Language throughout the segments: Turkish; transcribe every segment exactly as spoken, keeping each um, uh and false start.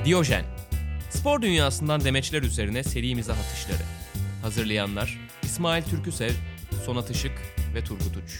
Diyojen. Spor dünyasından demeçler üzerine seri mizah atışları. Hazırlayanlar İsmail Türküsev, Sonat Işık ve Turgut Uç.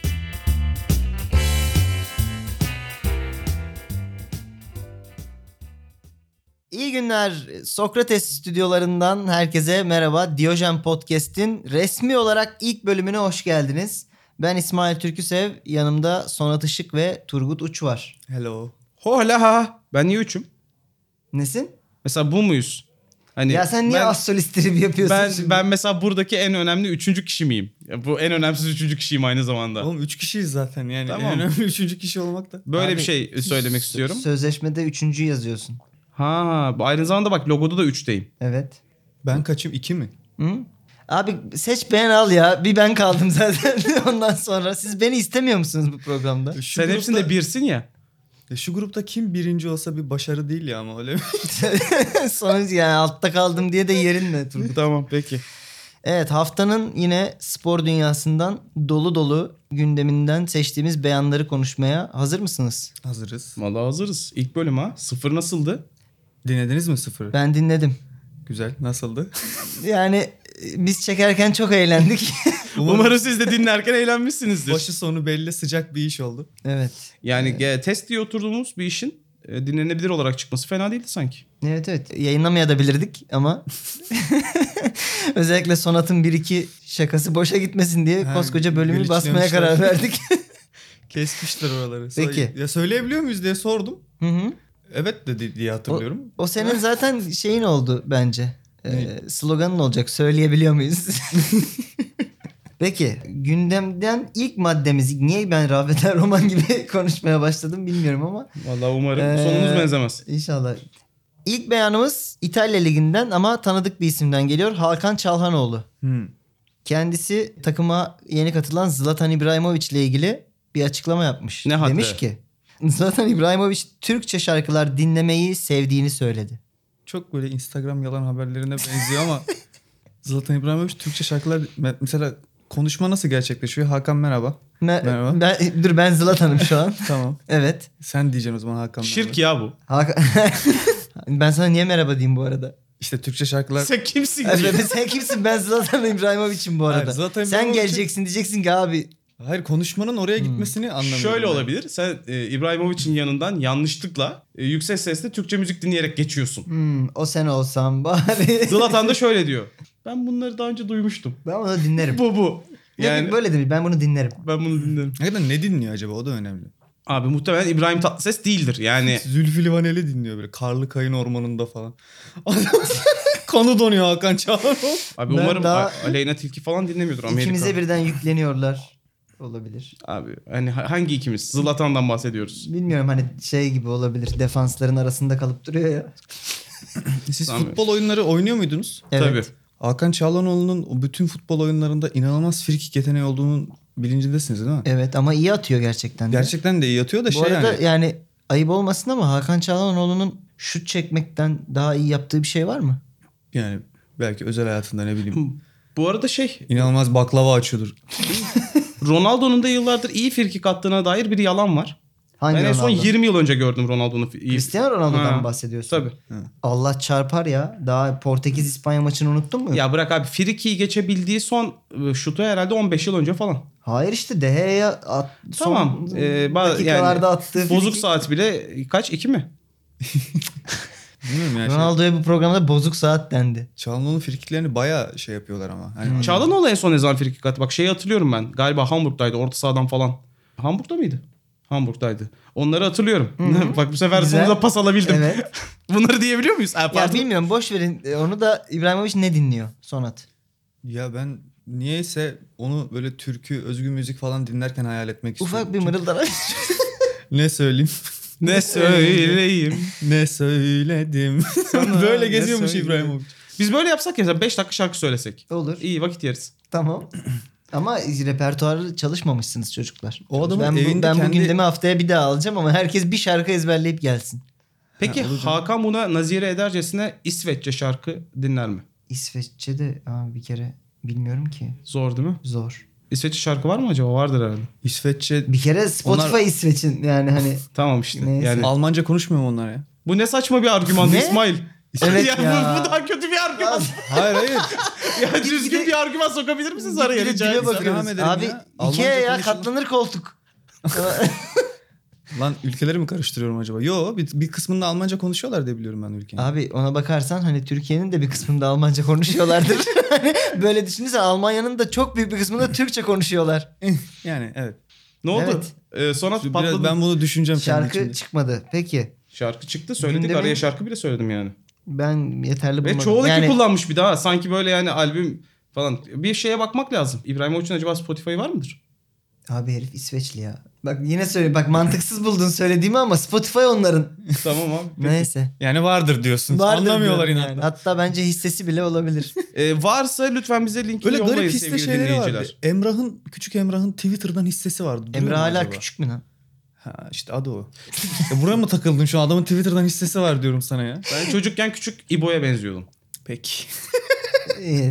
İyi günler. Sokrates stüdyolarından herkese merhaba. Diyojen Podcast'in resmi olarak ilk bölümüne hoş geldiniz. Ben İsmail Türküsev, yanımda Sonat Işık ve Turgut Uç var. Hello. Hola. Ben niye üçüm? Nesin? Mesela bu muyuz? Hani ya sen niye ben, az solist tribi yapıyorsun ben, şimdi? Ben mesela buradaki en önemli üçüncü kişi miyim? Ya bu en önemsiz üçüncü kişiyim aynı zamanda. Oğlum üç kişiyiz zaten yani. Tamam. En önemli üçüncü kişi olmak da. Böyle Abi, bir şey söylemek s- istiyorum. Sözleşmede üçüncü yazıyorsun. Ha, aynı zamanda bak logoda da üçteyim. Evet. Ben kaçım? iki mi? Hı? Abi seç beğen al ya. Bir ben kaldım zaten ondan sonra. Siz beni istemiyor musunuz bu programda? Şu Sen grupta, hepsinde birsin ya. Ya şu grupta kim birinci olsa bir başarı değil ya ama öyle mi? Sonuç yani altta kaldım diye de yerinle Turgut. Tamam peki. Evet, haftanın yine spor dünyasından dolu dolu gündeminden seçtiğimiz beyanları konuşmaya hazır mısınız? Hazırız. Vallahi hazırız. İlk bölüm ha. Sıfır nasıldı? Dinlediniz mi sıfırı? Ben dinledim. Güzel. Nasıldı? Yani e, biz çekerken çok eğlendik. Umarım siz de dinlerken eğlenmişsinizdir. Başı sonu belli, sıcak bir iş oldu. Evet. Yani e, test diye oturduğumuz bir işin e, dinlenebilir olarak çıkması fena değildi sanki. Evet evet. Yayınlamayabilirdik ama özellikle Sonat'ın bir iki şakası boşa gitmesin diye Ha, koskoca bölümü gülüç basmaya demişler. karar verdik. Kesmişler oraları. Peki. Ya söyleyebiliyor muyuz diye sordum. Hı hı. Evet dedi diye hatırlıyorum. O senin zaten şeyin oldu bence. Ee, sloganın olacak. Söyleyebiliyor muyuz? Peki gündemden ilk maddemiz, niye ben Rafet Er Roman gibi konuşmaya başladım bilmiyorum ama. Vallahi umarım Ee, sonumuz benzemez. İnşallah. İlk beyanımız İtalya Ligi'nden ama tanıdık bir isimden geliyor. Hakan Çalhanoğlu. Hmm. Kendisi takıma yeni katılan Zlatan İbrahimovic ile ilgili bir açıklama yapmış. Ne haddi? Demiş ki Zlatan İbrahimovic Türkçe şarkılar dinlemeyi sevdiğini söyledi. Çok böyle Instagram yalan haberlerine benziyor ama Zlatan İbrahimovic Türkçe şarkılar mesela konuşma nasıl gerçekleşiyor? Hakan merhaba. Me- Merhaba. Ben, dur ben Zlatan'ım şu an. Tamam. Evet. Sen diyeceksin o zaman Hakan. Şirk merhaba. ya bu. Hakan... ben sana niye merhaba diyeyim bu arada? İşte Türkçe şarkılar. Sen kimsin Evet, ki? sen kimsin? Ben Zlatan İbrahimovic'im bu arada. Hayır, Zlatan Sen İbrahimovic- geleceksin diyeceksin ki abi. Hayır konuşmanın oraya gitmesini anlamıyorum. Şöyle ben. olabilir. Sen e, İbrahimovic'in yanından yanlışlıkla e, yüksek sesle Türkçe müzik dinleyerek geçiyorsun. Hmm, o sen olsam bari. Zlatan da şöyle diyor. Ben bunları daha önce duymuştum. Ben onu dinlerim. Bu bu. Yani Yani böyle demiş. Ben bunu dinlerim. ben bunu dinlerim. Hakikaten ne dinliyor acaba o da önemli. Abi muhtemelen İbrahim Tatlıses değildir. Yani Zülfü Livaneli dinliyor böyle karlı kayın ormanında falan. Kanı donuyor Hakan Çağlar. abi Ben umarım daha- A- Aleyna Tilki falan dinlemiyordur Amerika. İkimize birden yükleniyorlar. Olabilir. Abi hani ha- hangi ikimiz? Zlatan'dan bahsediyoruz. Bilmiyorum, hani şey gibi olabilir. Defansların arasında kalıp duruyor ya. Siz Tamam. futbol oyunları oynuyor muydunuz? Evet. Tabii. Hakan Çağlanoğlu'nun o bütün futbol oyunlarında inanılmaz frikik yeteneği olduğunun bilincindesiniz değil mi? Evet ama iyi atıyor gerçekten de. Gerçekten de iyi atıyor da Bu şey arada yani. yani ayıp olmasın ama Hakan Çalhanoğlu'nun şut çekmekten daha iyi yaptığı bir şey var mı? Yani belki özel hayatında ne bileyim. Bu arada şey İnanılmaz baklava açıyordur. Ronaldo'nun da yıllardır iyi frikik attığına dair bir yalan var. Hangi ben en son Ronaldo? yirmi yıl önce gördüm Ronaldo'nun fi- iyi. Cristiano Ronaldo'dan Ha, mı bahsediyorsun? Tabii. Allah çarpar ya. Daha Portekiz İspanya maçını unuttun mu? Ya bırak abi frikiyi geçebildiği son e, şutu herhalde on beş yıl önce falan. Hayır işte De Gea'ya at, Tamam. son Ee, ba- dakikalarda yani attığı bozuk frikik- saat bile kaç? iki mi? Bilmiyorum yani. Şey, Ronaldo'ya bu programda bozuk saat dendi. Çağlanoğlu'nun frikiklerini bayağı şey yapıyorlar ama. Hani Çağlanoğlu en son ne zaman frikik attı? Bak şeyi hatırlıyorum ben. Galiba Hamburg'daydı orta sahadan falan. Hamburg'da mıydı? Hamburg'daydı. Onları hatırlıyorum. Bak bu sefer Güzel. sonunda pas alabildim. Evet. Bunları diyebiliyor muyuz? Ha, Ya pardon. bilmiyorum, boş verin. Onu da İbrahimovic ne dinliyor Sonat? Ya ben niyeyse onu böyle türkü, özgün müzik falan dinlerken hayal etmek istiyorum. Ufak bir mırıldanak. Ne söyleyeyim? Ne söyleyeyim? Ne söyledim? Sana böyle ne geziyormuş söyleyeyim? İbrahimovic. Biz böyle yapsak ya beş dakika şarkı söylesek. Olur. İyi vakit yeriz. Tamam. Ama repertuarı çalışmamışsınız çocuklar. O adamın ben bu, evinde ben bu kendi- gündemi haftaya bir daha alacağım ama herkes bir şarkı ezberleyip gelsin. Peki Ha, olur canım. Hakan buna nazire edercesine İsveççe şarkı dinler mi? İsveççe de abi bir kere bilmiyorum ki. Zor değil mi? Zor. İsveççe şarkı var mı acaba? Vardır herhalde. İsveççe, Bir kere Spotify Onlar- İsveç'in yani hani Tamam işte. Neyse. Yani Almanca konuşmuyor mu onlar ya? Bu ne saçma bir argüman Ne? İsmail. Evet ya, ya. Bu, bu daha kötü bir argüman. Hayır hayır. ya düzgün bir argüman sokabilir misiniz araya Bir de rica dile etsem? bakıyoruz. Devam edelim Abi ya. Ikea Almanca ya konuşalım. katlanır koltuk. Lan ülkeleri mi karıştırıyorum acaba? Yo bir, bir kısmında Almanca konuşuyorlar diye biliyorum ben ülkenin. Abi ona bakarsan hani Türkiye'nin de bir kısmında Almanca konuşuyorlardır. Hani böyle düşünürsen Almanya'nın da çok büyük bir kısmında Türkçe konuşuyorlar. Yani evet. Ne oldu? Evet. Ee, sonra Biraz patladı. ben bunu düşüneceğim kendi Şarkı içimde. çıkmadı. Peki. Şarkı çıktı söyledik Gündemin- araya şarkı bile söyledim yani. Ben yeterli bulmadım. Ve çoğu yani, eki kullanmış bir daha. Sanki böyle yani albüm falan. Bir şeye bakmak lazım. İbrahimovic'in acaba Spotify var mıdır? Abi herif İsveçli ya. Bak yine söyle. Bak mantıksız buldun söylediğimi ama Spotify onların. Tamam abi. Peki. Neyse. Yani vardır diyorsun. Vardır Anlamıyorlar diyorum inatla. yani. Hatta bence hissesi bile olabilir. Ee, varsa lütfen bize linkini Öyle yollayın garip hisse sevgili şeyleri dinleyiciler. vardı. Emrah'ın, küçük Emrah'ın Twitter'dan hissesi vardı. Duruyor Emre mu hala acaba? küçük mü lan? Ha işte adı o. ya buraya mı takıldın şu an? Adamın Twitter'dan hissesi var diyorum sana ya. Ben çocukken küçük İbo'ya benziyordum. Peki. İyi.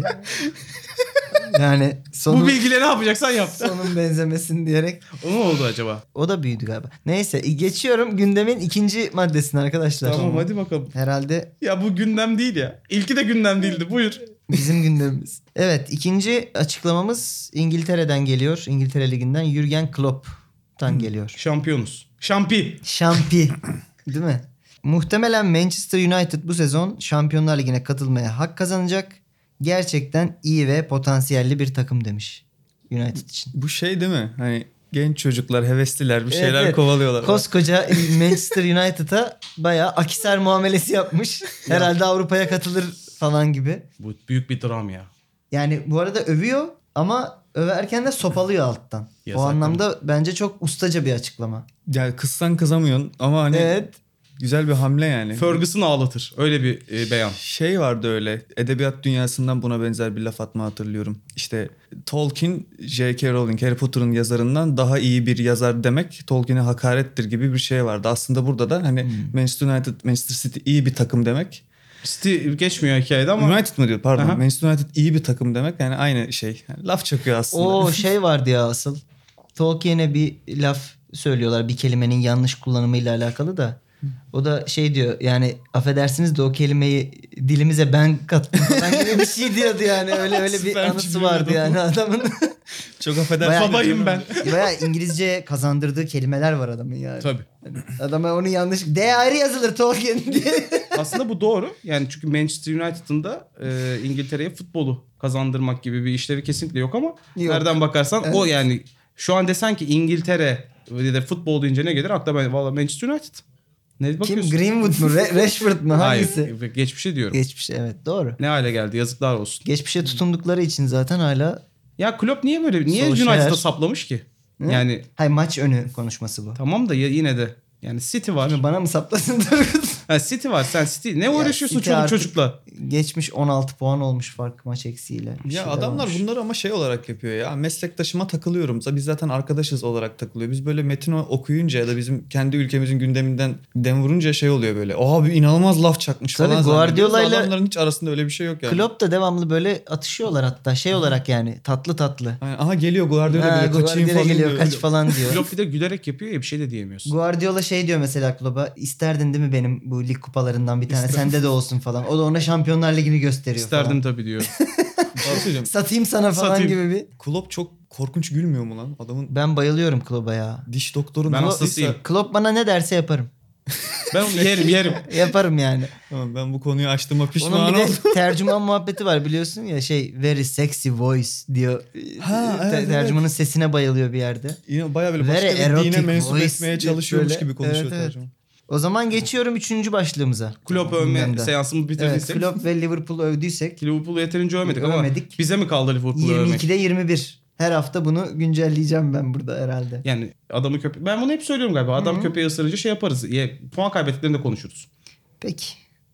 Yani sonun, Bu bilgileri ne yapacaksan yap. sonun benzemesin diyerek. O ne oldu acaba? O da büyüdü galiba. Neyse geçiyorum gündemin ikinci maddesine arkadaşlar. Tamam hadi bakalım. Herhalde Ya bu gündem değil ya. İlki de gündem değildi. Buyur. bizim gündemimiz. Evet ikinci açıklamamız İngiltere'den geliyor. İngiltere Ligi'nden Jürgen Klopp'tan geliyor. Şampiyonuz. Şampi. Şampi. Değil mi? Muhtemelen Manchester United bu sezon Şampiyonlar Ligi'ne katılmaya hak kazanacak. Gerçekten iyi ve potansiyelli bir takım demiş United için. Bu şey değil mi? Hani genç çocuklar, hevesliler bir Evet, şeyler evet. kovalıyorlar. Koskoca Manchester United'a bayağı Akhisar muamelesi yapmış. Herhalde Avrupa'ya katılır falan gibi. Bu büyük bir dram ya. Yani bu arada övüyor ama överken de sopalıyor alttan. Ya o zaten. anlamda bence çok ustaca bir açıklama. Yani kızsan kızamıyorsun ama hani Evet. güzel bir hamle yani. Ferguson'ı ağlatır. Öyle bir e, beyan. Şey vardı öyle. Edebiyat dünyasından buna benzer bir laf atma hatırlıyorum. İşte Tolkien, J K. Rowling, Harry Potter'ın yazarından daha iyi bir yazar demek Tolkien'e hakarettir gibi bir şey vardı. Aslında burada da hani Hmm. Manchester United, Manchester City iyi bir takım demek. City geçmiyor hikayede ama. United mı diyor pardon. Aha. Manchester United iyi bir takım demek. Yani aynı şey. Yani laf çakıyor aslında. O şey vardı ya asıl. Tolkien'e bir laf söylüyorlar bir kelimenin yanlış kullanımıyla alakalı da. O da şey diyor yani affedersiniz de o kelimeyi dilimize ben kattım falan gibi bir şey diyordu yani. Öyle öyle bir Süper anısı cümle vardı oldu. yani adamın. Çok affedersin. Bayağı- Babayım ben. Bayağı İngilizce kazandırdığı kelimeler var adamın yani. Tabii. Adama onu yanlış... D ayrı yazılır Tolkien diye. Aslında bu doğru. Yani çünkü Manchester United'ın da e, İngiltere'ye futbolu kazandırmak gibi bir işlevi kesinlikle yok ama Yok. nereden bakarsan Evet. o yani şu an desen ki İngiltere ve de futbol deyince ne gelir? Akla ben valla Manchester United. Ne Kim? bakıyorsun? Greenwood mu? Re- Rashford mu? Hangisi? Hayır. Geçmişe diyorum. Geçmişe evet doğru. Ne hale geldi? Yazıklar olsun. Geçmişe tutundukları için zaten hala... Ya Klopp niye böyle niye Solskjaer. United'a saplamış ki? Hı? Yani Hayır maç önü konuşması bu. tamam da ya, yine de yani City var. Şimdi bana mı saplasın Turgut? Ha, City var. Sen City ne uğraşıyorsun City çoluk artık- çocukla? Geçmiş on altı puan olmuş fark maç eksiğiyle. Bir Ya şeyler adamlar olmuş. bunları ama şey olarak yapıyor ya. Meslektaşıma takılıyorum. Biz zaten arkadaşız olarak takılıyor. Biz böyle metin okuyunca ya da bizim kendi ülkemizin gündeminden dem vurunca şey oluyor böyle. Abi inanılmaz laf çakmış Tabii falan zannediyoruz. Guardiola'yla- Adamların hiç arasında öyle bir şey yok yani. Klopp da devamlı böyle atışıyorlar hatta şey olarak yani tatlı tatlı. Yani, aha geliyor Guardiola Ha, bile kaçayım Guardiola falan geliyor diyor. kaç falan diyor. Klopp bir de gülerek yapıyor ya bir şey de diyemiyorsun. Guardiola şey diyor mesela Klopp'a isterdin değil mi benim bu lig kupalarından bir tane sende de olsun falan. O da ona Şampiyonlar Ligi'ni gösteriyor İsterdim falan. tabii diyor. Daha söyleyeceğim. Satayım sana falan Satayım. gibi bir. Klopp çok korkunç gülmüyor mu lan? Adamın Ben bayılıyorum Klopp'a ya. diş doktoru Ben nasılsa- hastasıyım. Klopp bana ne derse yaparım. Ben onu yerim yerim. Yaparım yani. Tamam, ben bu konuyu açtığıma Onun pişman bir de oldum. tercüman muhabbeti var biliyorsun ya şey very sexy voice diyor. Ha, Te- evet, tercümanın sesine bayılıyor bir yerde. Yine baya böyle Very başka bir erotic dine mensup voice etmeye diye çalışıyormuş böyle- gibi konuşuyor Evet, evet. tercüman. O zaman geçiyorum üçüncü başlığımıza. Klopp övme Gündemde. seansımı Evet, bitirdiysek. Klopp ve Liverpool'u övdüysek Liverpool'u yeterince övmedik ama Övmedik. bize mi kaldı Liverpool'u övmek? yirmi ikide yirmi bir. Her hafta bunu güncelleyeceğim ben burada herhalde. Yani adamı köpe... Ben bunu hep söylüyorum galiba. Adam Hı-hı. köpeği ısırınca şey yaparız. Ye, puan kaybettiklerinde konuşuruz. Peki.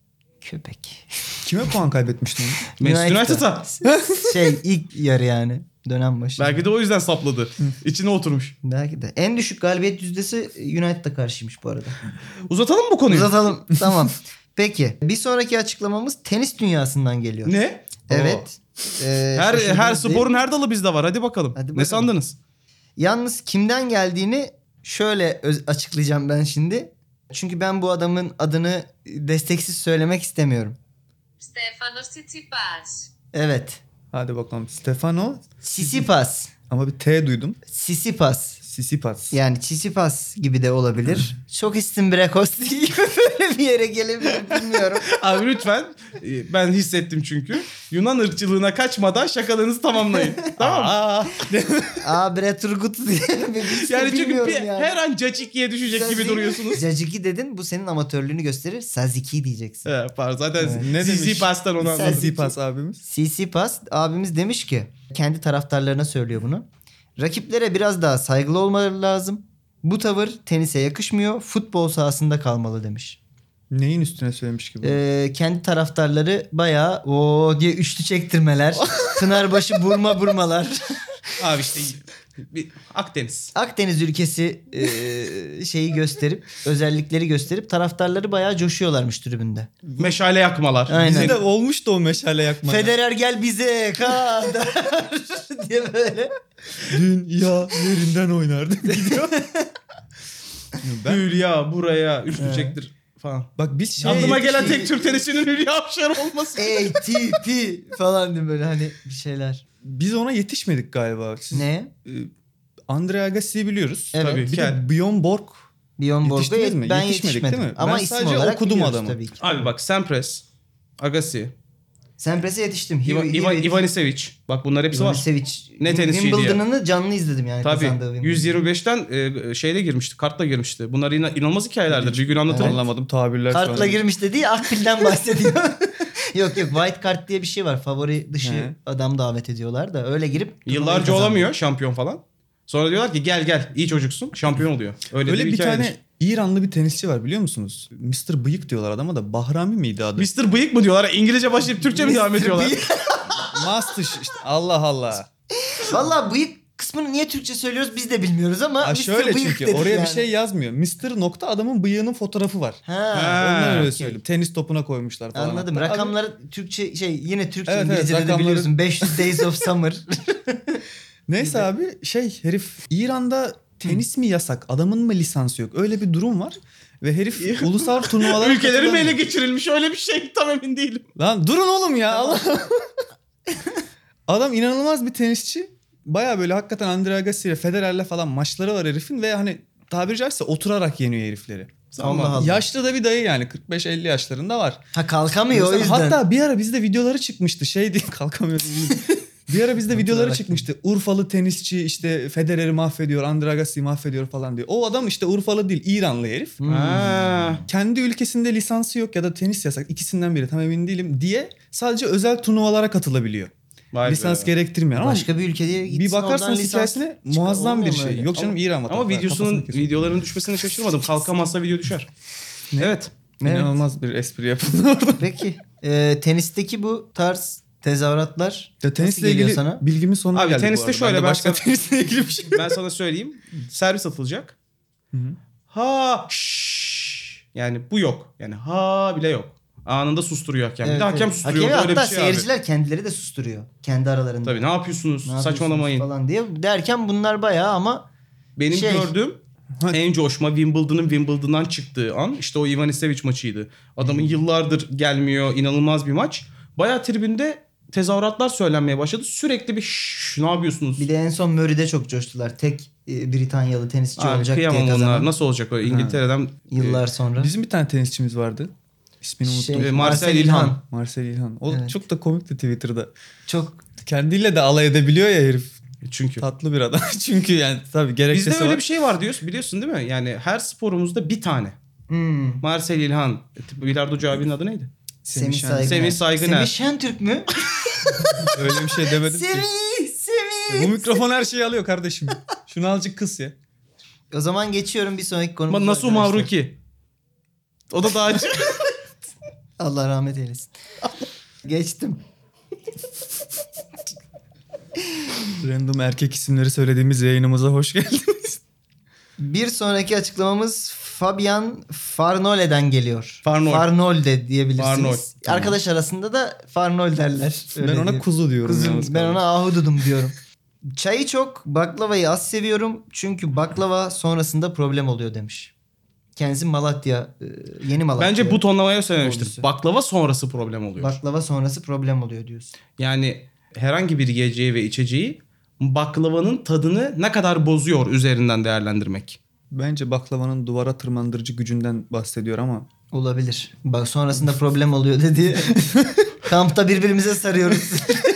Köpek. Kime puan kaybetmiştin? Manchester United'a. şey ilk yarı yani. Dönem başı. Belki de o yüzden sapladı. İçine oturmuş. Belki de. En düşük galibiyet yüzdesi United'a karşıymış bu arada. Uzatalım mı bu konuyu? Uzatalım. Tamam. Peki. Bir sonraki açıklamamız tenis dünyasından geliyor. Ne? Evet. Ee, Her şaşırdınız her değil mi? sporun her dalı bizde var. Hadi bakalım. Hadi Ne bakalım. sandınız? Yalnız kimden geldiğini şöyle öz- açıklayacağım ben şimdi. Çünkü ben bu adamın adını desteksiz söylemek istemiyorum. Stefanos Tsitsipas. Evet. Hadi bakalım. Stefano Tsitsipas. ama bir T duydum. Tsitsipas. Tsitsipas. Yani Tsitsipas gibi de olabilir. Çok istimbrekos gibi böyle bir yere gelebilir bilmiyorum. Abi lütfen. e, Ben hissettim çünkü. Yunan ırkçılığına kaçmadan şakalarınızı tamamlayın. Tamam mı? Aa, Aa Bre Turgut diye bir şey Yani çünkü bilmiyorum bir, yani. her an Caciki'ye düşecek gibi Sazi- duruyorsunuz. Caciki dedin, bu senin amatörlüğünü gösterir. Saziki diyeceksin. Evet, pardon. Zaten Evet. Ne Zizi demiş? Pas'tan onu anladım. Tsitsipas abimiz. Tsitsipas abimiz demiş ki, kendi taraftarlarına söylüyor bunu. Rakiplere biraz daha saygılı olmaları lazım. Bu tavır tenise yakışmıyor. Futbol sahasında kalmalı demiş. Neyin üstüne söylemiş gibi? Ee, kendi taraftarları bayağı o diye üçlü çektirmeler. Pınarbaşı burma burmalar. Abi işte bir Akdeniz. Akdeniz ülkesi e, şeyi gösterip, özellikleri gösterip taraftarları bayağı coşuyorlarmış tribünde. Meşale yakmalar. Aynen. Bize de olmuştu o meşale yakma. Federer gel bize kadar diye böyle. Dünya yerinden oynardı. Gidiyor. ben, Hülya buraya üçlü Evet. çektir falan. bak biz şey... Aklıma gelen şey- tek Türk tenisinin Hülya Avşar olması. A T P falan diye böyle hani bir şeyler. Biz ona yetişmedik galiba. Siz, Ne? e, Andre Agassi'yi biliyoruz. Evet. Tabii. Bir de Kel. Bjorn Borg. Bjorn Borg'a Yetiştiniz mi? ben Yetişmedik yetişmedim. değil mi? Ama Ben isim sadece olarak okudum biliyoruz adamı. tabii ki. Abi bak Sampras, Agassi, Sempres'e yetiştim. Ivan, Hiv- Ivan, Hiv- Ivanisevic. Bak bunlar hepsi var. Ivanisevic. Ne tenisçiydi ya. Wimbledon'ını canlı izledim yani. Tabii. kazandığı Wimbledon. yüz yirmi beşten e, şeyle girmişti. Kartla girmişti. Bunlar ina- inanılmaz hikayelerdir. Bir gün anlatırım. Anlamadım tabirler. Kartla sonra. girmiş dediği Akbil'den bahsediyor. yok yok, white card diye bir şey var. Favori dışı He. adam davet ediyorlar da öyle girip Yıllarca kazandı. olamıyor şampiyon falan. Sonra diyorlar ki gel gel iyi çocuksun şampiyon oluyor. Öyle, Öyle de bir hikayedir. tane İranlı bir tenisçi var biliyor musunuz? mister Bıyık diyorlar adama da. Bahrami miydi adı? mister Bıyık mı diyorlar? İngilizce başlayıp Türkçe mi devam mister ediyorlar? Bıyık. Master işte. Allah Allah. Valla bıyık kısmını niye Türkçe söylüyoruz biz de bilmiyoruz ama Ha mister şöyle Bıyık çünkü dedik oraya yani. bir şey yazmıyor. mister nokta adamın bıyığının fotoğrafı var. Ha, Ha, Ondan öyle okey. söyleyeyim. Tenis topuna koymuşlar falan. Anladım. Hatta Rakamları Türkçe şey yine Türkçe Evet, evet, İngilizce'de de rakamları- biliyorsun. beş yüz Days of Summer. Neyse abi şey herif İran'da tenis mi yasak? Adamın mı lisansı yok? Öyle bir durum var. Ve herif ulusal turnuvalara Ülkeleri mi ele katılamıyor. geçirilmiş öyle bir şey tam emin değilim. Lan durun oğlum ya. Allah. Adam inanılmaz bir tenisçi. Baya böyle hakikaten Andre Agassi ile Federer'le falan maçları var herifin ve hani tabiri caizse oturarak yeniyor herifleri. Allah Allah. Yaşlı da bir dayı yani kırk beş elli yaşlarında var. Ha kalkamıyor o yüzden. Hatta bir ara bizde videoları çıkmıştı. Şey değil kalkamıyor değil. Bir ara bizde videoları Oturarak çıkmıştı. Urfalı tenisçi işte Federer'i mahvediyor, Andre Agassi'yi mahvediyor falan diyor. O adam işte Urfalı değil, İranlı herif. Hmm. Ha. Kendi ülkesinde lisansı yok ya da tenis yasak. İkisinden biri tam emin değilim diye sadece özel turnuvalara katılabiliyor. Vay Lisans be. gerektirmiyor ama Başka bir ülkeye gitsin bir bakarsanız oradan lisans hikayesine çıkar- muazzam bir olmuyor mu şey. öyle? Yok canım İran Ama vatandaşı. videosunun Kafasını kesiyor. videoların düşmesine şaşırmadım. Kalkamazsa video düşer. Evet. Evet. İnanılmaz bir espri yapıldı orada. Peki. Ee, tenisteki bu tarz tezahüratlar Ya nasıl tenisle geliyor ilgili sana? bilgimin sonuna Abi geldik teniste bu arada. şöyle, Ben de ben başka sana- tenisle ilgili bir şey. Ben sana söyleyeyim. Servis atılacak. Ha şşş. Yani bu yok. Yani ha bile yok. Anında susturuyor hakem. bir Evet, de hakem evet. susturuyor. Hakemi Böyle hatta bir şey abi. seyirciler kendileri de susturuyor. Kendi aralarında. Tabii ne yapıyorsunuz? Ne yapıyorsunuz Saçmalamayın. falan diye derken bunlar bayağı ama Benim Şey- gördüğüm Ha- en coşma Wimbledon'ın Wimbledon'dan çıktığı an işte o Ivanisevic maçıydı. Adamın yıllardır gelmiyor, inanılmaz bir maç. Bayağı tribünde tezahüratlar söylenmeye başladı. Sürekli bir şşş ne yapıyorsunuz? bir de en son Murray'de çok coştular. Tek e, Britanyalı tenisçi Abi, olacak diye kıyamam kazanan. onlar. Nasıl olacak o İngiltere'den? Yıllar sonra. Bizim bir tane tenisçimiz vardı. İsmini unuttum. Şey, e, Marcel İlhan. Marcel İlhan. O Evet. çok da komikti Twitter'da. Çok Kendiyle de alay edebiliyor ya herif. Çünkü. Tatlı bir adam. Çünkü yani tabii gerekçesi Bizde öyle var. bir şey var diyorsun biliyorsun değil mi? Yani her sporumuzda bir tane. hmm. Marcel İlhan. Bilardocu abinin adı neydi? Semih Şen- Saygıner. Semih Saygıner. Semih Şentürk mü? Öyle bir şey demedim ki. Semih! Semih! Bu mikrofon her şeyi alıyor kardeşim. Şunu azıcık kıs ya. O zaman geçiyorum bir sonraki konumuza. Ama Nasuh arkadaşlar. Mavruki. O da daha açık. Allah rahmet eylesin. Geçtim. Random erkek isimleri söylediğimiz yayınımıza hoş geldiniz. Bir sonraki açıklamamız Fabian Farnole'den geliyor. Farnol. Farnolde diyebilirsiniz. Farnol. Arkadaş arasında da Farnol derler. Ben Öyle ona diyeyim. kuzu diyorum. Kuzum, yalnız ben kaldım. ona ahududum diyorum. Çayı çok, baklavayı az seviyorum. Çünkü baklava sonrasında problem oluyor demiş. Kendisi Malatya, e, yeni Malatya. Bence bu tonlamaya söylemiştir. Olgusu. Baklava sonrası problem oluyor. Baklava sonrası problem oluyor diyorsun. Yani herhangi bir yiyeceği ve içeceği baklavanın tadını ne kadar bozuyor üzerinden değerlendirmek. Bence baklavanın duvara tırmandırıcı gücünden bahsediyor ama Olabilir. Bak sonrasında problem oluyor dedi. Kampta birbirimize sarıyoruz.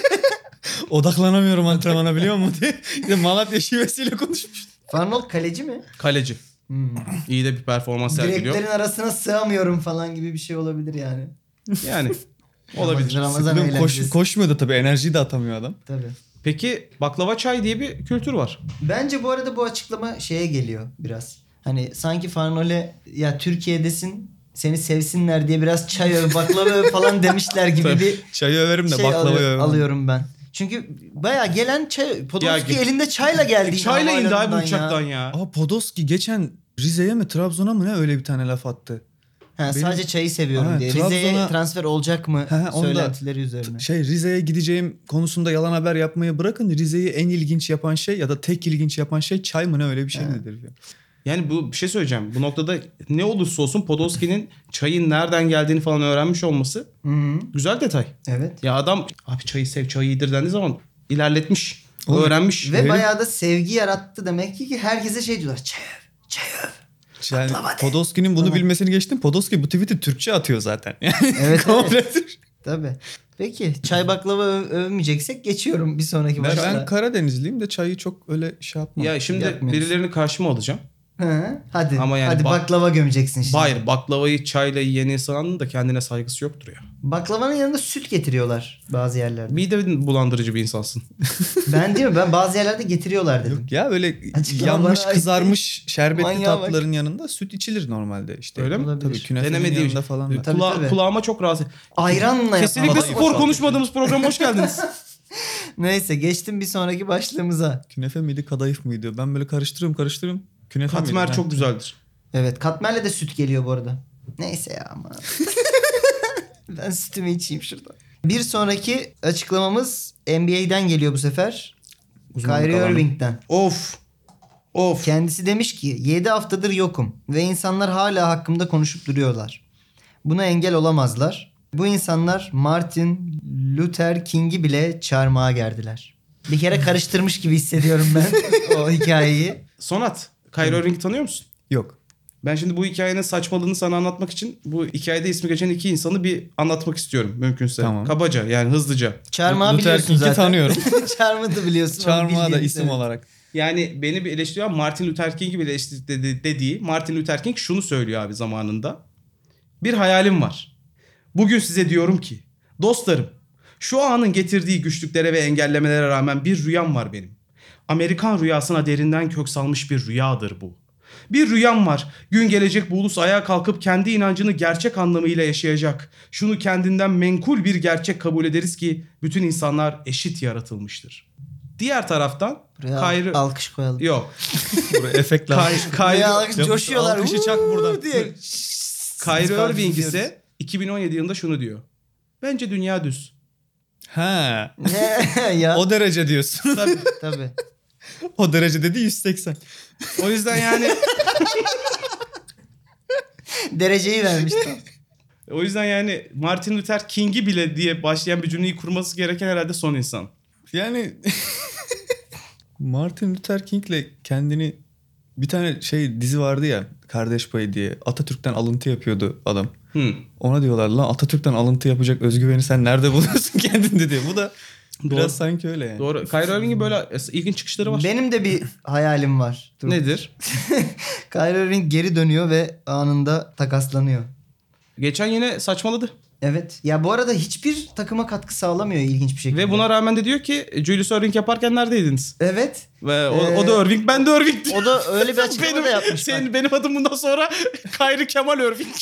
odaklanamıyorum antrenmana biliyor musun diye. İşte Malatya şivesiyle konuşmuş. Farnold kaleci mi? Kaleci. Hmm. İyi de bir performans sergiliyor. Direklerin arasına sığamıyorum falan gibi bir şey olabilir yani. Yani olabilir. Ramazan Koş, eğlencesi. koşmuyor da tabii, enerjiyi de atamıyor adam. Tabii. Peki baklava çay diye bir kültür var. Bence bu arada bu açıklama şeye geliyor biraz. Hani sanki Farnol'e ya Türkiye'desin seni sevsinler diye biraz çay öv, baklava öv falan demişler gibi bir Çayı överim de şey baklava alıyor- övemem. alıyorum ben. Çünkü baya gelen çay Podolski Ya- elinde çayla geldi. yine Çayla indi abi havaalanından uçaktan ya. Aa, Podolski geçen Rize'ye mi Trabzon'a mı ne öyle bir tane laf attı. Ha, Benim- sadece çayı seviyorum Ha, diye. Trabzon'a- Rize'ye transfer olacak mı Ha, onu da- söylentileri üzerine. Şey, Rize'ye gideceğim konusunda yalan haber yapmayı bırakın. Rize'yi en ilginç yapan şey ya da tek ilginç yapan şey çay mı ne öyle bir şey nedir ya. Yani bu bir şey söyleyeceğim. Bu noktada ne olursa olsun Podolski'nin çayın nereden geldiğini falan öğrenmiş olması Hı-hı. güzel detay. Evet. Ya adam abi çayı sev çayı iyidir dendiği zaman ilerletmiş. Oğlum, öğrenmiş. Ve Herif- bayağı da sevgi yarattı demek ki ki herkese şey diyorlar. Çay öv, çay öv. Yani Baklava de. Podolski'nin bunu Tamam. bilmesini geçtim. Podolski bu tweet'i Türkçe atıyor zaten. Yani Evet, evet. kompledir. Tabii. Peki çay baklava öv- övmeyeceksek geçiyorum bir sonraki Ben, başlığa. ben Karadenizliyim de çayı çok öyle şey yapmam. Ya şimdi Yapmıyoruz. birilerini karşıma alacağım. Hı, hadi. Ama yani hadi bak- baklava gömeceksin şimdi. Hayır baklavayı çayla yiyen insanın da kendine saygısı yoktur ya. Baklavanın yanında süt getiriyorlar bazı yerlerde. Mide bulandırıcı bir insansın. Ben değil mi? Ben bazı yerlerde getiriyorlar dedim. Yok ya böyle Açıklamalara yanmış ait kızarmış şerbetli Manyağa bak. tatlıların yanında süt içilir normalde işte. Öyle mi? Tabii Olabilir. künefenin Denemediğim yanında şey. falan da. Tabii, Kula- tabii. Kulağıma çok rahatsız. Ayranla Kesinlikle yapmalı. spor konuşmadığımız programa hoş geldiniz. Neyse geçtim bir sonraki başlığımıza. Künefe miydi kadayıf mıydı? Ben böyle karıştırıyorum karıştırıyorum. Künefe miydi? Katmer Ha. çok güzeldir. Evet katmerle de süt geliyor bu arada. Neyse ya ama. Ben sütümü içeyim şurada. Bir sonraki açıklamamız N B A'den geliyor bu sefer. Uzmanlık Kyrie alanı. Irving'den. Of. Of. Kendisi demiş ki yedi haftadır yokum ve insanlar hala hakkımda konuşup duruyorlar. Buna engel olamazlar. Bu insanlar Martin Luther King'i bile çarmıha gerdiler. Bir kere karıştırmış gibi hissediyorum ben o hikayeyi. Sonat. Kyrie Irving'i tanıyor musun? Yok. Ben şimdi bu hikayenin saçmalığını sana anlatmak için bu hikayede ismi geçen iki insanı bir anlatmak istiyorum mümkünse. Tamam. Kabaca yani hızlıca. Çarmıha Luther biliyorsun King'i zaten. tanıyorum. Çarmıhı da biliyorsun. onu Çarmıha da bildiğin isim için. olarak. Yani beni bir eleştiriyor ama Martin Luther King'i bile eleştirdi dediği Martin Luther King şunu söylüyor abi zamanında. Bir hayalim var. Bugün size diyorum ki dostlarım şu anın getirdiği güçlüklere ve engellemelere rağmen bir rüyam var benim. Amerikan rüyasına derinden kök salmış bir rüyadır bu. Bir rüyam var. Gün gelecek bu ulus ayağa kalkıp kendi inancını gerçek anlamıyla yaşayacak. Şunu kendinden menkul bir gerçek kabul ederiz ki bütün insanlar eşit yaratılmıştır. Diğer taraftan Buraya Kyrie... alkış koyalım. Yok. Buraya efekt lazım. Kyrie, Buraya Kyrie, alkış coşuyorlar. alkışı çak buradan. Uuu diye. Kyrie Irving ise iki bin on yedi yılında şunu diyor. Bence dünya düz. Ha. ya. O derece diyorsun. Tabii. Tabii. O derece dedi yüz seksen. O yüzden yani Dereceyi vermiştim. o yüzden yani Martin Luther King'i bile diye başlayan bir cümleyi kurması gereken herhalde son insan. Yani Martin Luther King'le kendini bir tane şey dizi vardı ya Kardeş Payı diye Atatürk'ten alıntı yapıyordu adam. Hı. Ona diyorlar lan Atatürk'ten alıntı yapacak özgüveni sen nerede buluyorsun kendinde diye. Bu da biraz Doğru. sanki öyle yani. Doğru. Kyrie Irving'in böyle ilginç çıkışları var. Benim de bir hayalim var. Dur. Nedir? Kyrie Irving geri dönüyor ve anında takaslanıyor. Geçen yine saçmaladı. Evet. Ya bu arada hiçbir takıma katkı sağlamıyor ilginç bir şekilde. Ve buna rağmen de diyor ki Julius Irving yaparken neredeydiniz? Evet. Ve o, Ee, o da Irving, ben de Irving diyor. O da öyle bir açıklama benim, da yapmış. senin, bak. benim adım bundan sonra Kyrie Kemal Irving.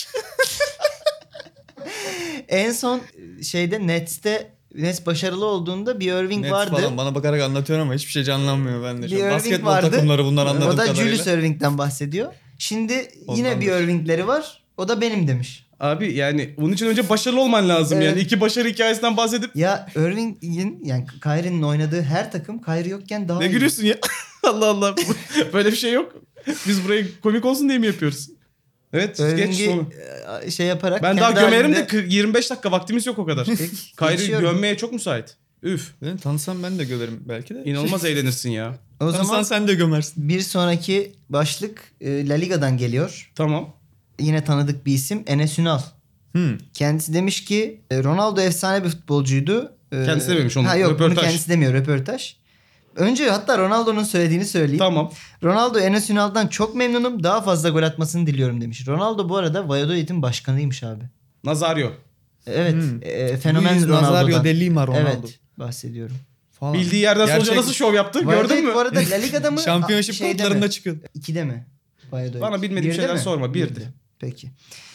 En son şeyde Nets'te Nets başarılı olduğunda bir Irving Net vardı. falan bana bakarak anlatıyorum ama hiçbir şey canlanmıyor bende. Bir Şu an. Irving Basketbol vardı. takımları bunlar anladığım O da kadarıyla. Julius Irving'den bahsediyor. Şimdi yine Ondan bir Irving'leri var. O da benim demiş. Abi yani bunun için önce başarılı olman lazım Evet. yani. İki başarı hikayesinden bahsedip Ya Irving'in yani Kyrie'nin oynadığı her takım Kyrie yokken daha ne iyi. gülüyorsun ya? Allah Allah. Böyle bir şey yok. Biz burayı komik olsun diye mi yapıyoruz? Evet geç Örgü sonu. e, şey yaparak. Ben daha kendi gömerim de halinde- kırk- yirmi beş dakika vaktimiz yok o kadar. Peki, Kayri geçiyorum. gömmeye çok müsait. Üf. Ben tanısam ben de göverim belki de. İnanılmaz eğlenirsin ya. O Tanısan zaman sen de gömersin. bir sonraki başlık e, La Liga'dan geliyor. Tamam. Yine tanıdık bir isim Enes Ünal. Hmm. Kendisi demiş ki e, Ronaldo efsane bir futbolcuydu. E, Kendisi dememiş onu, Ha yok bunu röportaj. kendisi demiyor röportaj. Önce hatta Ronaldo'nun söylediğini söyleyeyim. Tamam. Ronaldo Enes Ünal'dan çok memnunum. Daha fazla gol atmasını diliyorum demiş. Ronaldo bu arada Valladolid'in başkanıymış abi. Nazario. Evet. Hmm. E, fenomen Luis Ronaldo'dan. Nazario de Lima Ronaldo. Evet bahsediyorum. Falan. Bildiği yerden Gerçek- sonuca nasıl şov yaptı gördün Valladolid mü? bu arada La Liga'da mı? Şampiyonşip Şeyde kodlarında mi? çıkıyor. İkide mi? Valladolid. Bana bilmediğim Birde şeyler mi? sorma, birdi. Peki.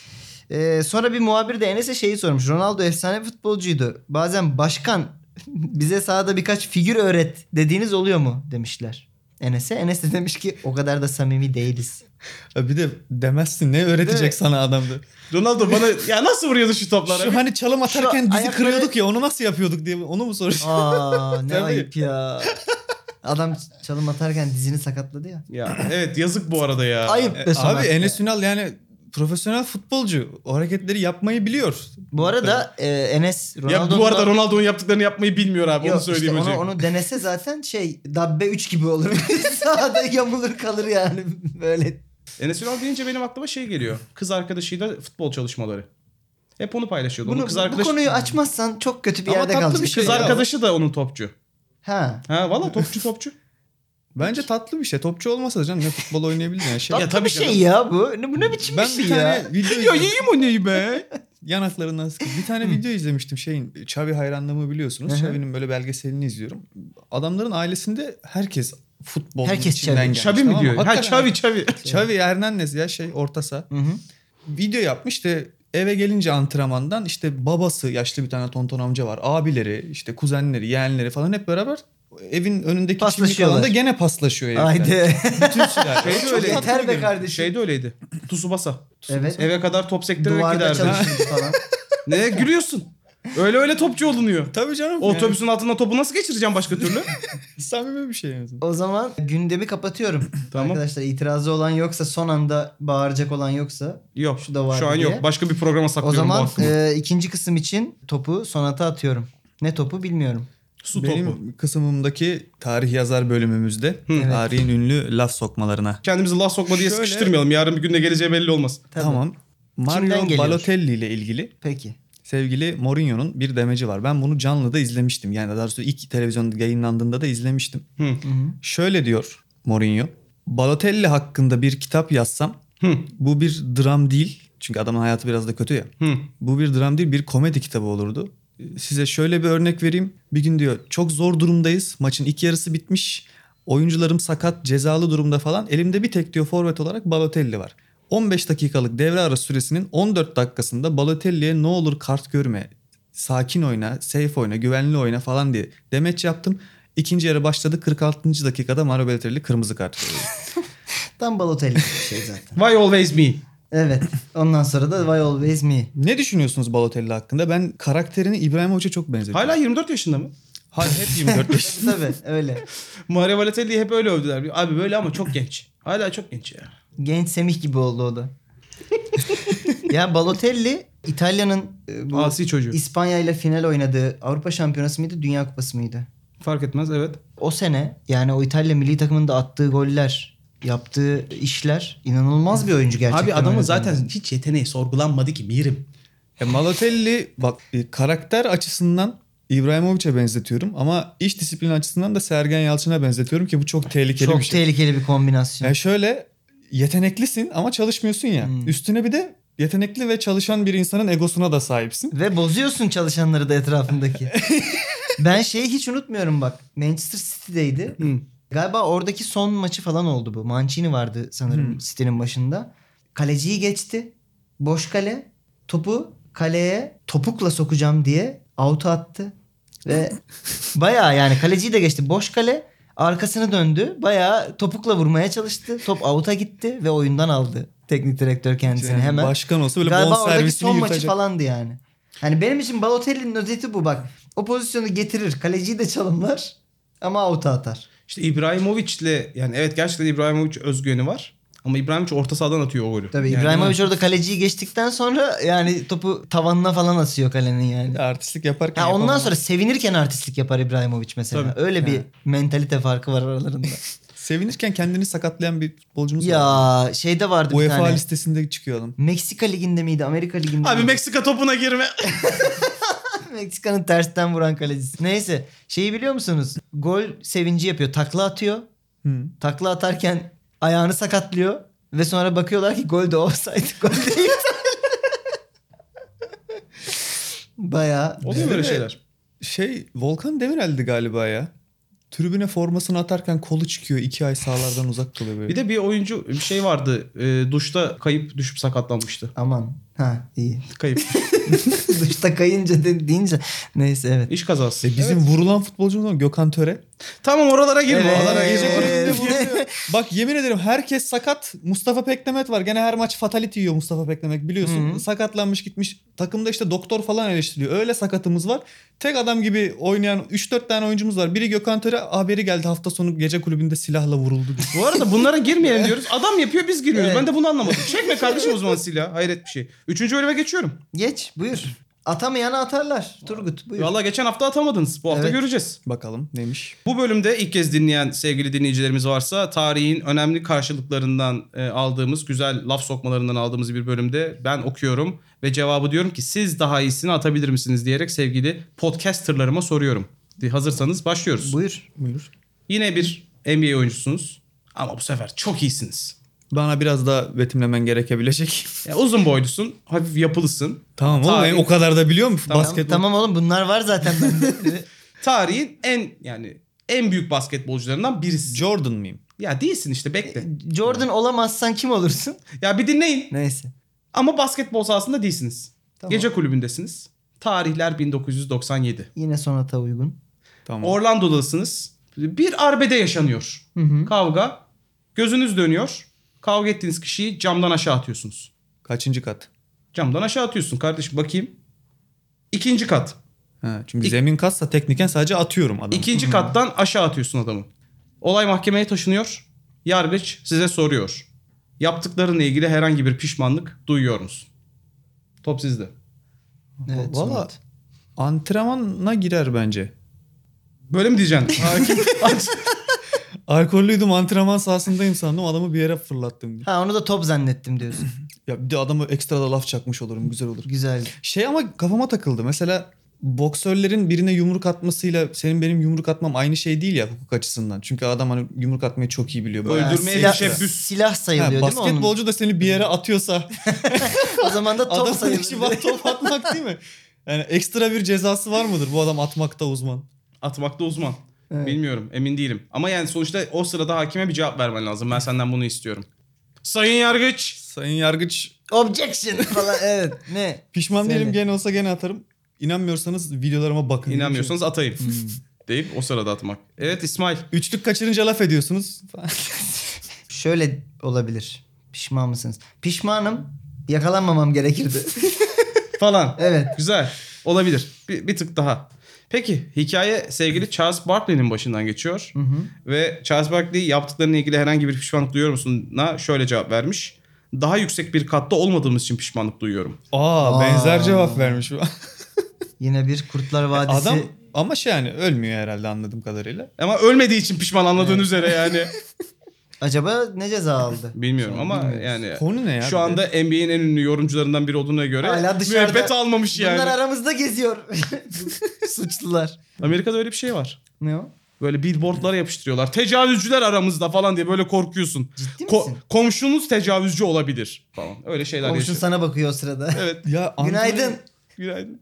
Ee, sonra bir muhabir de Enes'e şeyi sormuş. Ronaldo efsane futbolcuydu. Bazen başkan bize sahada birkaç figür öğret dediğiniz oluyor mu demişler Enes'e. Enes de demiş ki o kadar da samimi değiliz. Ha bir de demezsin ne öğretecek Değil mi? sana adamdı. Ronaldo bana ya nasıl vuruyordu şu toplara? Şu hani çalım atarken dizi ayakları- kırıyorduk ya onu nasıl yapıyorduk diye onu mu soruyorsun? Aa ne Tabii. ayıp ya. Adam çalım atarken dizini sakatladı ya. Ya evet yazık bu arada ya. Ayıp be E, Somer. Abi Enes Ünal yani profesyonel futbolcu. O hareketleri yapmayı biliyor. Bu arada e, Enes Ya Ronaldo'nun bu arada da- Ronaldo'nun yaptıklarını yapmayı bilmiyor abi. Yok, onu söyleyeyim işte önce. onu, onu denese zaten şey Dabbe üç gibi olur. Sahada yamulur kalır yani böyle. Enes Ünal deyince benim aklıma şey geliyor. Kız arkadaşıyla futbol çalışmaları. Hep onu paylaşıyordu. Bunu, Onun kız bu arkadaşı... konuyu açmazsan çok kötü bir Ama yerde tatlı kalacak. bir şey Kız ya. arkadaşı da onun topçu. Ha. Ha valla topçu topçu. Bence tatlı bir şey. Topçu olmasa da canım ne futbol oynayabilir yani. Şey, Tatlı Ya tabii bir canım. şey ya bu. Ne, bu ne biçim ben bir şey bir tane ya? video ya izledim. yiyeyim o neyi be? Yanaklarından sıkı. Bir tane video izlemiştim şeyin. Xavi hayranlığımı biliyorsunuz. Hı hı. Xavi'nin böyle belgeselini izliyorum. Adamların ailesinde herkes futbolun Herkes içinden Xavi. gelmiş. Xavi mi tamam mı? diyor? Ha Hakikaten Xavi Xavi. Xavi Hernandez ya şey orta saha. Hı hı. Video yapmış işte eve gelince antrenmandan işte babası yaşlı bir tane tonton amca var. Abileri işte kuzenleri yeğenleri falan hep beraber evin önündeki çimlik Paslaşıyorlar. alanda gene paslaşıyor herifler. Haydi. Bütün sülale. Şey de Çok öyle. tatlı Yeter bir be görüntü. kardeşim. Şey de öyleydi. Tsubasa. Evet. Eve kadar top sektirerek Duvarda giderdi. çalışırdı falan. Ne gülüyorsun? Öyle öyle topçu olunuyor. Tabii canım. O otobüsün altından topu nasıl geçireceğim başka türlü? Yani, samimi bir şey yani. O zaman gündemi kapatıyorum. Tamam. Arkadaşlar itirazı olan yoksa son anda bağıracak olan yoksa. Yok. Şu da var Şu an diye. yok. Başka bir programa O saklıyorum bu zaman hakkımı. e, ikinci kısım için topu Sonat'a atıyorum. Ne topu bilmiyorum. Su Benim topu. kısmımdaki tarih yazar bölümümüzde Evet. tarihin ünlü laf sokmalarına. Kendimizi laf sokma diye Şöyle- sıkıştırmayalım. Yarın bir günde geleceği belli olmaz. Tabii. Tamam. Kimden Mario geliyor? Balotelli ile ilgili Peki. sevgili Mourinho'nun bir demeci var. Ben bunu canlıda izlemiştim. Yani daha doğrusu ilk televizyonda yayınlandığında da izlemiştim. Hı. Hı hı. Şöyle diyor Mourinho. Balotelli hakkında bir kitap yazsam Hı. bu bir dram değil. Çünkü adamın hayatı biraz da kötü ya. Hı. Bu bir dram değil bir komedi kitabı olurdu. Size şöyle bir örnek vereyim. Bir gün diyor çok zor durumdayız. Maçın ilk yarısı bitmiş. Oyuncularım sakat, cezalı durumda falan. Elimde bir tek diyor forvet olarak Balotelli var. on beş dakikalık devre arası süresinin on dört dakikasında Balotelli'ye ne olur kart görme, sakin oyna, safe oyna, güvenli oyna falan diye demeç yaptım. İkinci yarı başladı. kırk altıncı dakikada Mario Balotelli kırmızı kart görüyor. Tam Balotelli bir şey zaten. Why always me? Evet. Ondan sonra da Why Always Me. Ne düşünüyorsunuz Balotelli hakkında? Ben karakterini İbrahimovic'e çok benzetiyorum. Hala yirmi dört yaşında mı? Hala hep yirmi dört yaşında. Tabii öyle. Mario Balotelli'yi hep öyle övdüler. Abi böyle ama çok genç. Hala çok genç ya. Genç Semih gibi oldu o da. Ya Balotelli İtalya'nın e, bu Asi çocuğu. İspanya ile final oynadığı Avrupa Şampiyonası mıydı, Dünya Kupası mıydı? Fark etmez evet. O sene yani o İtalya milli takımında attığı goller, yaptığı işler inanılmaz bir oyuncu gerçekten. Abi adamın oynadığında. zaten hiç yeteneği sorgulanmadı ki Mirim. E, Balotelli bak e, karakter açısından İbrahimovic'e benzetiyorum ama iş disiplini açısından da Sergen Yalçın'a benzetiyorum ki bu çok tehlikeli çok bir şey. tehlikeli bir kombinasyon. Yani şöyle yeteneklisin ama çalışmıyorsun ya. Hmm. Üstüne bir de yetenekli ve çalışan bir insanın egosuna da sahipsin. Ve bozuyorsun çalışanları da etrafındaki. Ben şeyi hiç unutmuyorum bak. Manchester City'deydi. Hı. Galiba oradaki son maçı falan oldu bu. Mancini vardı sanırım Hmm. City'nin başında. Kaleciyi geçti. Boş kale. Topu kaleye topukla sokacağım diye out'a attı. Ve bayağı yani kaleciyi de geçti. Boş kale arkasını döndü. Bayağı topukla vurmaya çalıştı. Top out'a gitti ve oyundan aldı teknik direktör kendisini Yani hemen. Başkan olsa böyle Galiba bon oradaki servisini son maçı yırtacak. falandı yani. Hani benim için Balotelli'nin özeti bu bak. O pozisyonu getirir. Kaleciyi de çalımlar ama out'a atar. İşte İbrahimovic'le yani evet gerçekten İbrahimovic özgüveni var. Ama İbrahimovic orta sahadan atıyor o golü. Tabii Yani- İbrahimovic orada kaleciyi geçtikten sonra yani topu tavanına falan asıyor kalenin yani. Artistlik yaparken Ha, ondan yapamam. sonra sevinirken artistlik yapar İbrahimovic mesela. Tabii. Öyle bir Ha. mentalite farkı var aralarında. Sevinirken kendini sakatlayan bir futbolcumuz var. ya şeyde vardı bir UEFA tane. listesinde çıkıyor adam. Meksika liginde miydi? Amerika liginde Abi miydi? Meksika topuna girme. Meksika'nın tersten vuran kalecisi. Neyse şeyi biliyor musunuz? Gol sevinci yapıyor. Takla atıyor. Hı. Takla atarken ayağını sakatlıyor. Ve sonra bakıyorlar ki gol de offside. Gol değil. Bayağı. Oluyor böyle şeyler. Şey Volkan Demirel'di galiba ya. Tribüne formasını atarken kolu çıkıyor. iki ay sahalardan uzak kalıyor böyle. Bir de bir oyuncu bir şey vardı. E, duşta kayıp düşüp sakatlanmıştı. Aman. Ha iyi. Kayıp. Duşta kayınca de, deyince. Neyse evet. İş kazası. E bizim vurulan futbolcumuz var Gökhan Töre. Tamam oralara girme. Evet. Oralara Gece girme. Evet. kulübünde vuruyor. Bak yemin ederim herkes sakat. Mustafa Pekdemet var. Gene her maç fatality yiyor Mustafa Pekdemet biliyorsun. Hı-hı. Sakatlanmış gitmiş. Takımda işte doktor falan eleştiriyor. Öyle sakatımız var. Tek adam gibi oynayan üç dört tane oyuncumuz var. Biri Gökhan Töre, haberi geldi hafta sonu gece kulübünde silahla vuruldu diye. Bu arada bunlara girmeyelim diyoruz. Adam yapıyor biz giriyoruz. Evet. Ben de bunu anlamadım. Çekme kardeşim o zaman silah. Hayret bir şey. Üçüncü bölüme geçiyorum. Geç buyur. Atamayanı atarlar. Turgut buyur. Valla geçen hafta atamadınız. Bu hafta Evet. göreceğiz. Bakalım neymiş. Bu bölümde ilk kez dinleyen sevgili dinleyicilerimiz varsa tarihin önemli karşılıklarından e, aldığımız, güzel laf sokmalarından aldığımız bir bölümde ben okuyorum ve cevabı diyorum ki siz daha iyisini atabilir misiniz diyerek sevgili podcasterlarıma soruyorum. Hazırsanız başlıyoruz. Buyur. Buyur. Yine bir N B A oyuncusunuz ama bu sefer çok iyisiniz. Bana biraz daha betimlemen gerekebilecek. Ya uzun boylusun, hafif yapılısın. Tamam oğlum Tarih- o kadar da biliyor musun? Tamam, Basketbol. Tamam oğlum bunlar var zaten bende. Tarihin en yani en büyük basketbolcularından birisi. Jordan mıyım? Ya değilsin işte bekle. Jordan olamazsan kim olursun? Ya bir dinleyin. Neyse. Ama basketbol sahasında değilsiniz. Tamam. Gece kulübündesiniz. Tarihler bin dokuz yüz doksan yedi. Yine sonata uygun. Tamam. Orlando'dasınız. Bir arbede yaşanıyor. Hı hı. Kavga. Gözünüz dönüyor. Kavga ettiğiniz kişiyi camdan aşağı atıyorsunuz. Kaçıncı kat? Camdan aşağı atıyorsun kardeşim bakayım. İkinci kat. Ha, çünkü İk- zemin katsa tekniken sadece atıyorum adamı. İkinci kattan aşağı atıyorsun adamı. Olay mahkemeye taşınıyor. Yargıç size soruyor. Yaptıklarınla ilgili herhangi bir pişmanlık duyuyor musun? Top sizde. Evet, Valla sonat. antrenmana girer bence. Böyle mi diyeceksin? Hakim. Alkollüydüm antrenman sahasındayım sandım adamı bir yere fırlattım diye. Ha onu da top zannettim diyorsun. Ya bir de adamı ekstra da laf çakmış olurum güzel olur. Güzel. Şey ama kafama takıldı mesela boksörlerin birine yumruk atmasıyla senin benim yumruk atmam aynı şey değil ya hukuk açısından. Çünkü adam hani yumruk atmayı çok iyi biliyor. Böyle. Öldürmeye silah, teşebbüs. silah sayılıyor Ha, değil mi onun? basketbolcu da seni bir yere atıyorsa O zaman da top adamın sayılır. işi bak top atmak değil mi? Yani ekstra bir cezası var mıdır bu adam atmakta uzman? Atmakta uzman. Evet. Bilmiyorum emin değilim. Ama yani sonuçta o sırada hakime bir cevap vermen lazım. Ben senden bunu istiyorum. Sayın Yargıç. Sayın Yargıç Objection falan evet. Ne? pişman Söyle. değilim gene olsa gene atarım. İnanmıyorsanız videolarıma bakın. İnanmıyorsanız atayım. Hmm. Deyip o sırada atmak. Evet İsmail. Üçlük kaçırınca laf ediyorsunuz. Şöyle olabilir. Pişman mısınız? Pişmanım. Yakalanmamam gerekirdi. Falan. Evet. Güzel. Olabilir. Bir, bir tık daha. Peki hikaye sevgili Charles Barkley'nin başından geçiyor. Hı hı. Ve Charles Barkley yaptıklarına ilgili herhangi bir pişmanlık duyuyor musun?'na şöyle cevap vermiş. Daha yüksek bir katta olmadığımız için pişmanlık duyuyorum. Aa, Aa. benzer cevap vermiş bu. Yine bir Kurtlar Vadisi. Adam ama şey yani ölmüyor herhalde anladığım kadarıyla. Ama ölmediği için pişman anladığın üzere yani. Acaba ne ceza aldı? Bilmiyorum ama Bilmiyoruz. yani Konu ne ya? şu anda N B A'nin en ünlü yorumcularından biri olduğuna göre Hala dışarıda. müebbet almamış yani. Bunlar aramızda geziyor. Suçlular. Amerika'da öyle bir şey var. Ne o? Böyle billboardlara yapıştırıyorlar. Tecavüzcüler aramızda falan diye böyle korkuyorsun. Ciddi Ko- misin? komşunuz tecavüzcü olabilir falan. Öyle şeyler Komşun yaşıyor. sana bakıyor o sırada. Evet. Ya Günaydın. Günaydın.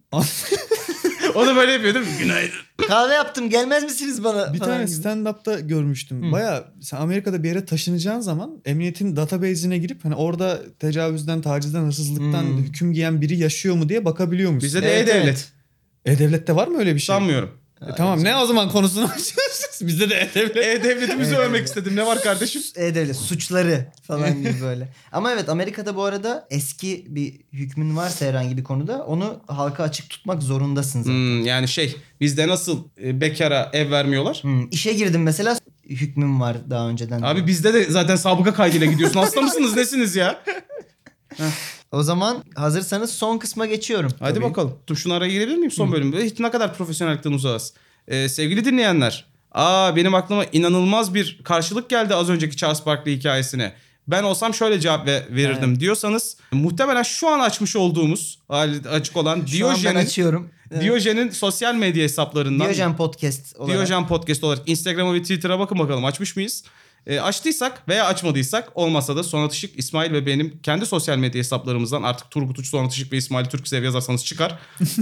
O da böyle yapıyor değil mi? Günaydın. Kahve yaptım gelmez misiniz bana? Bir falan tane gibi. stand-up'ta görmüştüm. Hı. Baya sen Amerika'da bir yere taşınacağın zaman emniyetin database'ine girip hani orada tecavüzden, tacizden, hırsızlıktan Hmm. hüküm giyen biri yaşıyor mu diye bakabiliyor musun? Bizde de Evet, E-Devlet. E-Devlet'te var mı öyle bir şey? Sanmıyorum. E, tamam ne o zaman konusunu açıyoruz. Bizde de E-Devlet. E-Devletimizi övmek istedim. Ne var kardeşim? E-Devlet suçları falan gibi böyle. Ama evet Amerika'da bu arada eski bir hükmün varsa herhangi bir konuda onu halka açık tutmak zorundasın zaten. Hmm, yani şey bizde nasıl e, bekara ev vermiyorlar? Hmm, İşe girdim mesela hükmüm var daha önceden. Abi bizde de zaten sabıka kaydıyla gidiyorsun. Hasta mısınız nesiniz ya? O zaman hazırsanız son kısma geçiyorum. Hadi Tabii. bakalım. Dur şunu araya girebilir miyim son bölümde? Hiç ne kadar profesyonellikten uzağız. Ee, sevgili dinleyenler. Aa benim aklıma inanılmaz bir karşılık geldi az önceki Charles Barkley hikayesine. Ben olsam şöyle cevap ve- verirdim Evet. diyorsanız muhtemelen şu an açmış olduğumuz hali açık olan Şu an ben Diyojen'in açıyorum. Evet. Diyojen'in sosyal medya hesaplarından Diyojen Podcast olarak. Diyojen Podcast olarak Instagram'a ve Twitter'a bakın bakalım açmış mıyız? E, açtıysak veya açmadıysak olmazsa da Sonat Işık, İsmail ve benim kendi sosyal medya hesaplarımızdan artık Turgut Uç, Sonat Işık ve İsmail Türksev yazarsanız çıkar.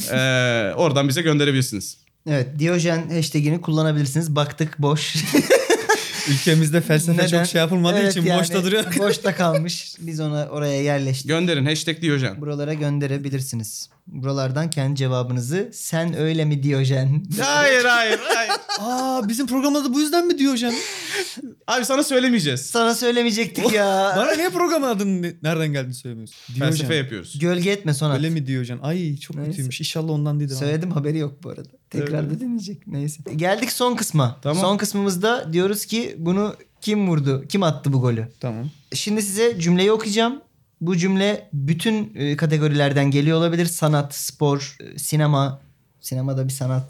e, oradan bize gönderebilirsiniz. Evet, Diyojen hashtagini kullanabilirsiniz. Baktık boş. Ülkemizde felsefe Neden? çok şey yapılmadığı Evet, için yani boşta duruyor. Boşta kalmış. Biz ona oraya yerleştik. Gönderin hashtag Diyojen. Buralara gönderebilirsiniz. Buralardan kendi cevabınızı sen öyle mi Diyojen? Hayır hayır hayır. Aa bizim programda da bu yüzden mi diyor hocam? Abi sana söylemeyeceğiz. Sana söylemeyecektik ya. Bana niye programın adını ne- nereden geldiğini söylemiyorsun? Felsefe Diyojen. yapıyoruz. Gölge etme Sonat. Öyle mi Diyojen? Ay çok Neyse. kötüymüş. İnşallah ondan değildir. ama. Söyledim haberi yok bu arada. Tekrar da deneyecek. Neyse. Geldik son kısma. Tamam. Son kısmımızda diyoruz ki bunu kim vurdu? Kim attı bu golü? Tamam. Şimdi size cümleyi okuyacağım. Bu cümle bütün e, kategorilerden geliyor olabilir. Sanat, spor, e, sinema. Sinema da bir sanat.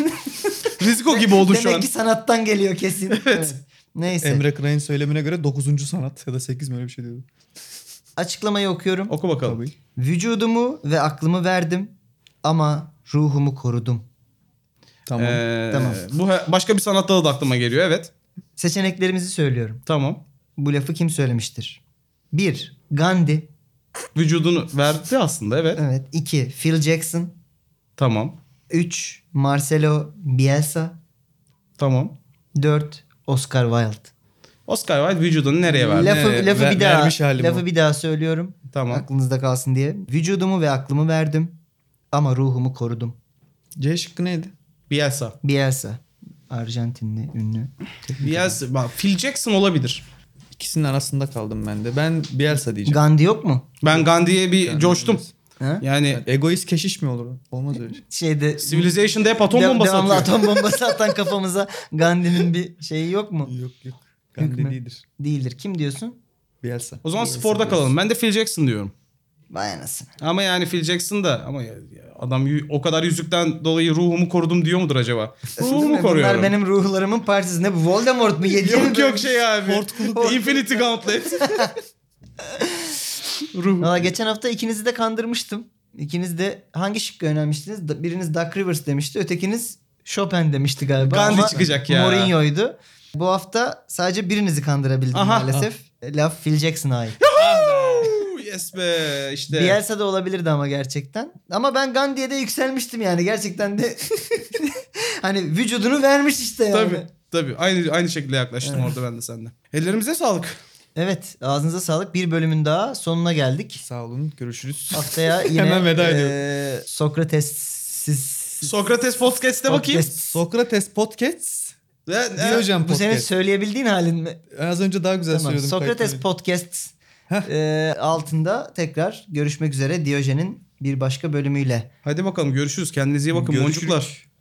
Riziko gibi oldu şu Demek an. ki sanattan geliyor kesin. Evet. Neyse. Emre Kıray'ın söylemine göre dokuzuncu sanat ya da sekiz mi öyle bir şey diyordu. Açıklamayı okuyorum. Oku bakalım. Tabii. Vücudumu ve aklımı verdim ama ruhumu korudum. Tamam. Ee, Tamam. Bu he- başka bir sanat dalı da aklıma geliyor evet. Seçeneklerimizi söylüyorum. Tamam. Bu lafı kim söylemiştir? bir. Gandhi. Vücudunu verdi aslında evet. Evet. iki. Phil Jackson. Tamam. üç. Marcelo Bielsa. Tamam. dört. Oscar Wilde. Oscar Wilde vücudunu nereye verdi? Lafı, Ee, lafı ver- bir daha vermiş halim lafı o. bir daha söylüyorum. Tamam. Aklınızda kalsın diye. Vücudumu ve aklımı verdim ama ruhumu korudum. C şıkkı neydi? Bielsa. Bielsa. Arjantinli ünlü. Bielsa. Bak, Phil Jackson olabilir. İkisinin arasında kaldım ben de. Ben Bielsa diyeceğim. Gandhi yok mu? Ben Gandhi'ye bir coştum. Ha? Yani Egoist keşiş mi olur? Olmaz öyle şey. Şeyde Civilization'da hep atom de- bombası devamlı atıyor. atom bombası atan kafamıza Gandhi'nin bir şeyi yok mu? Yok yok. Hükmü. Gandhi değildir. Değildir. Kim diyorsun? Bielsa. O zaman Bielsa sporda diyorsun. kalalım. Ben de Phil Jackson diyorum. Vay anasını. Ama yani Phil Jackson da ama ya- ya adam yü- o kadar yüzükten dolayı ruhumu korudum diyor mudur acaba? Ruhumu koruyorum. Bunlar benim ruhlarımın parçası. Ne bu? Voldemort mu? Yedi Yok yok şey abi. Fort Infinity Gauntlet. Ruh. Valla geçen hafta ikinizi de kandırmıştım. İkiniz de hangi şıkkı önermiştiniz? Da- Biriniz Duck Rivers demişti. Ötekiniz Chopin demişti galiba. Gandhi Ama çıkacak ya. Mourinho'ydu. Bu hafta sadece birinizi kandırabildim Aha. maalesef. Laf Phil Jackson'a ait. Yes be işte. Bielsa da olabilirdi ama gerçekten. Ama ben Gandhi'ye de yükselmiştim yani. Gerçekten de hani vücudunu vermiş işte yani. Tabii tabii aynı aynı şekilde yaklaştım Evet. orada ben de seninle. Ellerimize sağlık. Evet, ağzınıza sağlık. Bir bölümün daha sonuna geldik. Sağ olun. Görüşürüz. Haftaya yine Hemen veda ediyorum. eee, Sokrates siz Sokrates Podcast'te bakayım. Podcast. Sokrates Podcast. Ve- e, Diyojen Bu senin Podcast. söyleyebildiğin halin mi? Az önce daha güzel Tamam. söyledim. Sokrates kayıtları. Podcast Heh. eee, altında tekrar görüşmek üzere Diyojen'in bir başka bölümüyle. Hadi bakalım görüşürüz. Kendinize iyi bakın Görüşürüz. boncuklar.